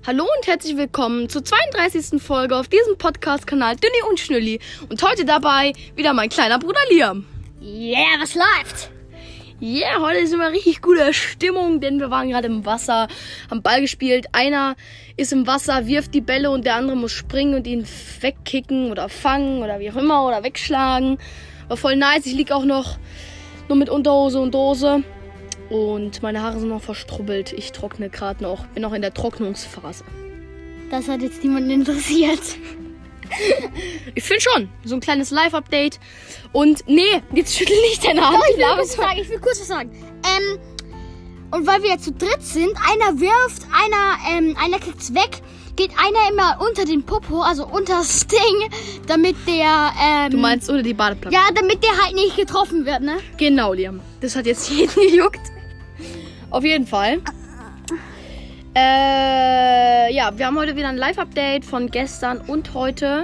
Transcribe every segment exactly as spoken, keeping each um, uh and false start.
Hallo und herzlich willkommen zur zweiunddreißigsten Folge auf diesem Podcast-Kanal Dünni und Schnülli. Und heute dabei wieder mein kleiner Bruder Liam. Yeah, was läuft? Yeah, heute ist immer richtig gute Stimmung, denn wir waren gerade im Wasser, haben Ball gespielt. Einer ist im Wasser, wirft die Bälle und der andere muss springen und ihn wegkicken oder fangen oder wie auch immer oder wegschlagen. War voll nice. Ich lieg auch noch nur mit Unterhose und Dose. Und meine Haare sind noch verstrubbelt. Ich trockne gerade noch. Bin noch in der Trocknungsphase. Das hat jetzt niemanden interessiert. Ich finde schon. So ein kleines Live-Update. Und nee, jetzt schüttel nicht deine Hand. Doch, ich will kurz sagen. Ich will kurz was sagen. Ähm, und weil wir jetzt zu dritt sind, einer wirft, einer, ähm, einer kriegt's weg, geht einer immer unter den Popo, also unter das Ding, damit der, ähm... Du meinst unter die Badeplatte? Ja, damit der halt nicht getroffen wird, ne? Genau, Liam. Das hat jetzt jeden gejuckt. Auf jeden Fall. Äh, ja, wir haben heute wieder ein Live-Update von gestern und heute.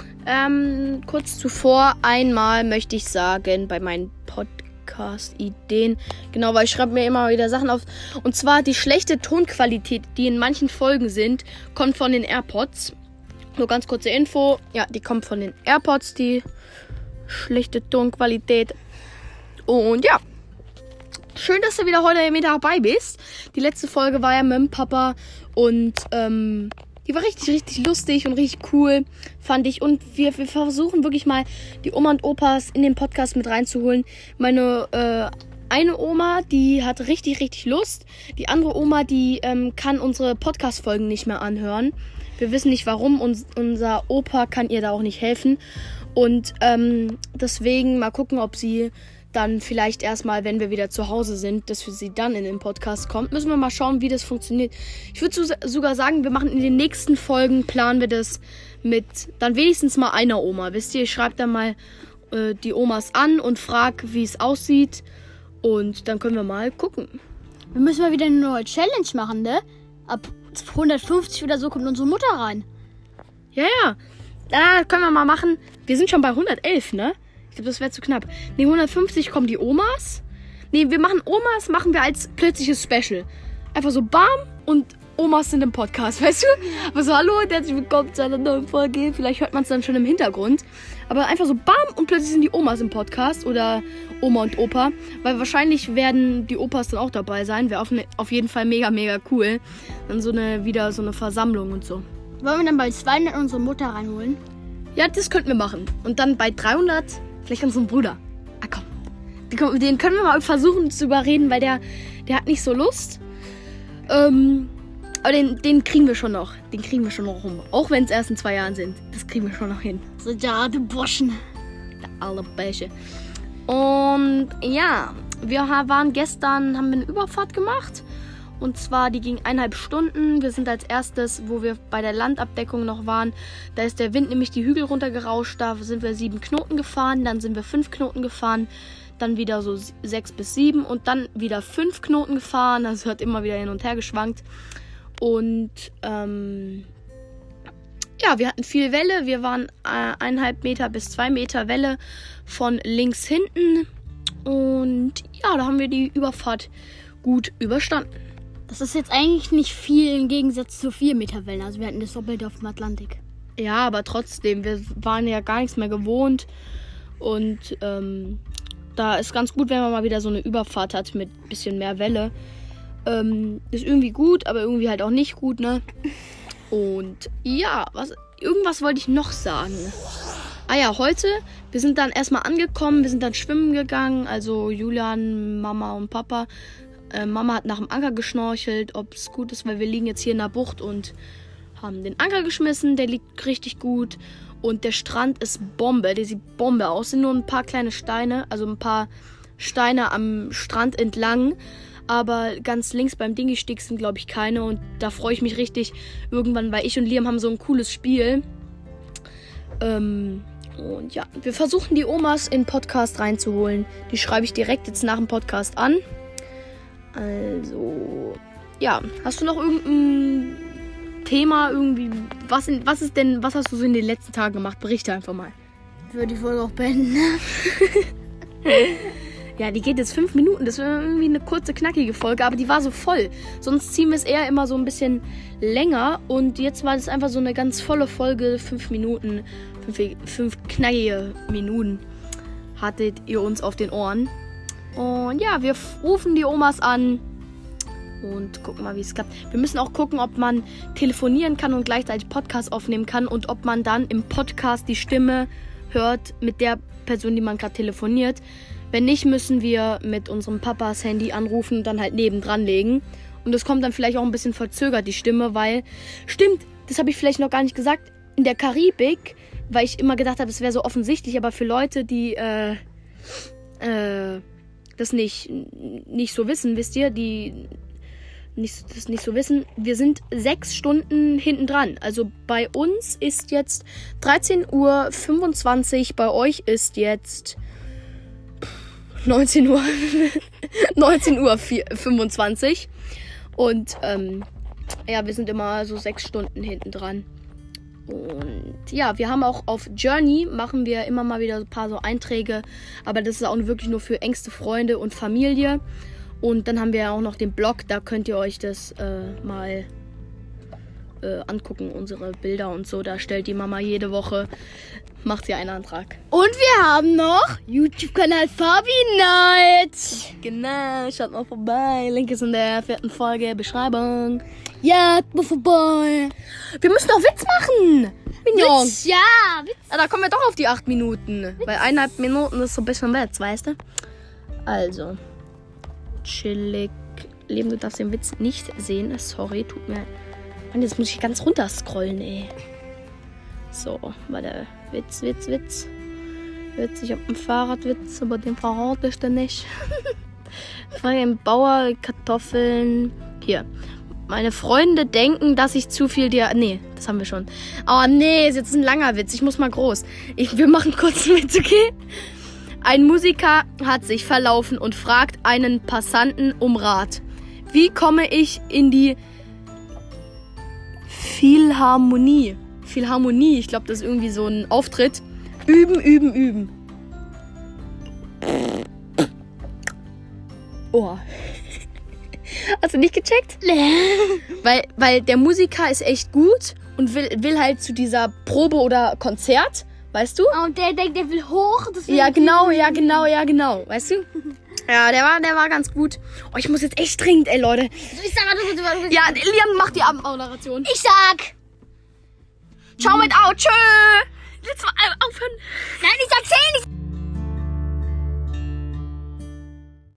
Ähm, kurz zuvor einmal möchte ich sagen, bei meinen Podcast-Ideen, genau, weil ich schreibe mir immer wieder Sachen auf. Und zwar die schlechte Tonqualität, die in manchen Folgen sind, kommt von den AirPods. Nur ganz kurze Info. Ja, die kommt von den AirPods, die schlechte Tonqualität. Und ja. Schön, dass du wieder heute mit dabei bist. Die letzte Folge war ja mit dem Papa und ähm, die war richtig, richtig lustig und richtig cool, fand ich. Und wir, wir versuchen wirklich mal die Oma und Opas in den Podcast mit reinzuholen. Meine äh, eine Oma, die hat richtig, richtig Lust. Die andere Oma, die ähm, kann unsere Podcast-Folgen nicht mehr anhören. Wir wissen nicht warum. Und unser Opa kann ihr da auch nicht helfen. Und ähm, deswegen mal gucken, ob sie dann vielleicht erstmal, wenn wir wieder zu Hause sind, dass für sie dann in den Podcast kommt. Müssen wir mal schauen, wie das funktioniert. Ich würde sogar sagen, wir machen in den nächsten Folgen, planen wir das mit dann wenigstens mal einer Oma. Wisst ihr, ich schreibe dann mal äh, die Omas an und frage, wie es aussieht. Und dann können wir mal gucken. Wir müssen mal wieder eine neue Challenge machen, ne? Ab hundertfünfzig oder so kommt unsere Mutter rein. Ja, ja. Da können wir mal machen. Wir sind schon bei hundertelf, ne? Ich glaube, das wäre zu knapp. Ne, hundertfünfzig kommen die Omas. Ne, wir machen Omas, machen wir als plötzliches Special. Einfach so bam und Omas sind im Podcast, weißt du? Aber so, hallo und herzlich willkommen zu einer neuen Folge. Vielleicht hört man es dann schon im Hintergrund. Aber einfach so bam und plötzlich sind die Omas im Podcast oder Oma und Opa. Weil wahrscheinlich werden die Opas dann auch dabei sein. Wäre auf, ne, auf jeden Fall mega, mega cool. Dann so eine, wieder so eine Versammlung und so. Wollen wir dann bei zweihundert unsere Mutter reinholen? Ja, das könnten wir machen. Und dann bei dreihundert... Vielleicht unseren Bruder. Ah, komm. Den können wir mal versuchen zu überreden, weil der, der hat nicht so Lust. Ähm, aber den, den kriegen wir schon noch. Den kriegen wir schon noch rum. Auch wenn es erst in zwei Jahren sind. Das kriegen wir schon noch hin. So, ja, du Burschen. Der alle Bäche. Und ja, wir waren gestern, haben wir eine Überfahrt gemacht. Und zwar, die ging eineinhalb Stunden. Wir sind als erstes, wo wir bei der Landabdeckung noch waren, da ist der Wind nämlich die Hügel runtergerauscht. Da sind wir sieben Knoten gefahren, dann sind wir fünf Knoten gefahren, dann wieder so sechs bis sieben und dann wieder fünf Knoten gefahren. Das hat immer wieder hin und her geschwankt. Und ähm, ja, wir hatten viel Welle. Wir waren äh, eineinhalb Meter bis zwei Meter Welle von links hinten. Und ja, da haben wir die Überfahrt gut überstanden. Das ist jetzt eigentlich nicht viel im Gegensatz zu vier Meter Wellen. Also wir hatten das Doppelte auf dem Atlantik. Ja, aber trotzdem, wir waren ja gar nichts mehr gewohnt. Und ähm, da ist ganz gut, wenn man mal wieder so eine Überfahrt hat mit ein bisschen mehr Welle. Ähm, ist irgendwie gut, aber irgendwie halt auch nicht gut, ne? Und ja, was, irgendwas wollte ich noch sagen. Ah ja, heute, wir sind dann erstmal angekommen, wir sind dann schwimmen gegangen. Also Julian, Mama und Papa. Äh, Mama hat nach dem Anker geschnorchelt, ob es gut ist, weil wir liegen jetzt hier in der Bucht und haben den Anker geschmissen. Der liegt richtig gut und der Strand ist Bombe. Der sieht Bombe aus. Es sind nur ein paar kleine Steine, also ein paar Steine am Strand entlang. Aber ganz links beim Dingi-Steg sind, glaube ich, keine. Und da freue ich mich richtig irgendwann, weil ich und Liam haben so ein cooles Spiel. Ähm, und ja, wir versuchen die Omas in den Podcast reinzuholen. Die schreibe ich direkt jetzt nach dem Podcast an. Also, ja, hast du noch irgendein Thema irgendwie? Was, in, was ist denn, was hast du so in den letzten Tagen gemacht? Berichte einfach mal. Ich würde die Folge auch beenden. Ja, die geht jetzt fünf Minuten. Das war irgendwie eine kurze, knackige Folge, aber die war so voll. Sonst ziehen wir es eher immer so ein bisschen länger. Und jetzt war das einfach so eine ganz volle Folge. Fünf Minuten, fünf, fünf knackige Minuten hattet ihr uns auf den Ohren. Und ja, wir rufen die Omas an und gucken mal, wie es klappt. Wir müssen auch gucken, ob man telefonieren kann und gleichzeitig Podcast aufnehmen kann und ob man dann im Podcast die Stimme hört mit der Person, die man gerade telefoniert. Wenn nicht, müssen wir mit unserem Papas Handy anrufen und dann halt nebendran legen. Und das kommt dann vielleicht auch ein bisschen verzögert, die Stimme, weil... Stimmt, das habe ich vielleicht noch gar nicht gesagt. In der Karibik, weil ich immer gedacht habe, es wäre so offensichtlich, aber für Leute, die äh, äh, das nicht, nicht so wissen, wisst ihr, die nicht, das nicht so wissen, wir sind sechs Stunden hinten dran. Also bei uns ist jetzt dreizehn Uhr fünfundzwanzig, bei euch ist jetzt... neunzehn Uhr neunzehn Uhr fünfundzwanzig und ähm, ja, wir sind immer so sechs Stunden hinten dran. Und ja, wir haben auch auf Journey, machen wir immer mal wieder ein paar so Einträge, aber das ist auch wirklich nur für engste Freunde und Familie. Und dann haben wir auch noch den Blog, da könnt ihr euch das äh, mal äh, angucken, unsere Bilder und so. Da stellt die Mama jede Woche, macht sie einen Antrag. Und wir haben noch YouTube-Kanal Fabi Night. Genau, schaut mal vorbei. Link ist in der vierten Folge, Beschreibung. Ja, mal vorbei. Wir müssen auch Witz machen. Mignon. Witz, ja, Witz. Ja, da kommen wir doch auf die acht Minuten. Witz. Weil eineinhalb Minuten ist so ein bisschen Witz, weißt du? Also, chillig. Leben, du darfst den Witz nicht sehen. Sorry, tut mir... Mann, jetzt muss ich ganz runter scrollen, ey. So, warte. Witz, Witz, Witz. Witz, ich hab einen Fahrradwitz, aber den verrate ich dann nicht. Frage im Bauer, Kartoffeln. Hier. Meine Freunde denken, dass ich zu viel dir... Nee, das haben wir schon. Oh nee, ist jetzt ein langer Witz. Ich muss mal groß. Ich, wir machen kurz einen Witz, okay? Ein Musiker hat sich verlaufen und fragt einen Passanten um Rat. Wie komme ich in die Philharmonie? Philharmonie, ich glaube, das ist irgendwie so ein Auftritt. Üben, üben, üben. Oh. Hast du nicht gecheckt? weil, weil der Musiker ist echt gut und will, will halt zu dieser Probe oder Konzert, weißt du? Und der denkt, der will hoch. Ja, genau, ja, genau, ja, genau. Weißt du? Ja, der war, der war ganz gut. Oh, ich muss jetzt echt dringend, ey, Leute. Ich sag, du, du, du, du. Ja, Liam macht die Abendmoderation. Ich sag. Ciao mit Au. Tschö. Jetzt mal aufhören. Nein, ich erzähl nicht.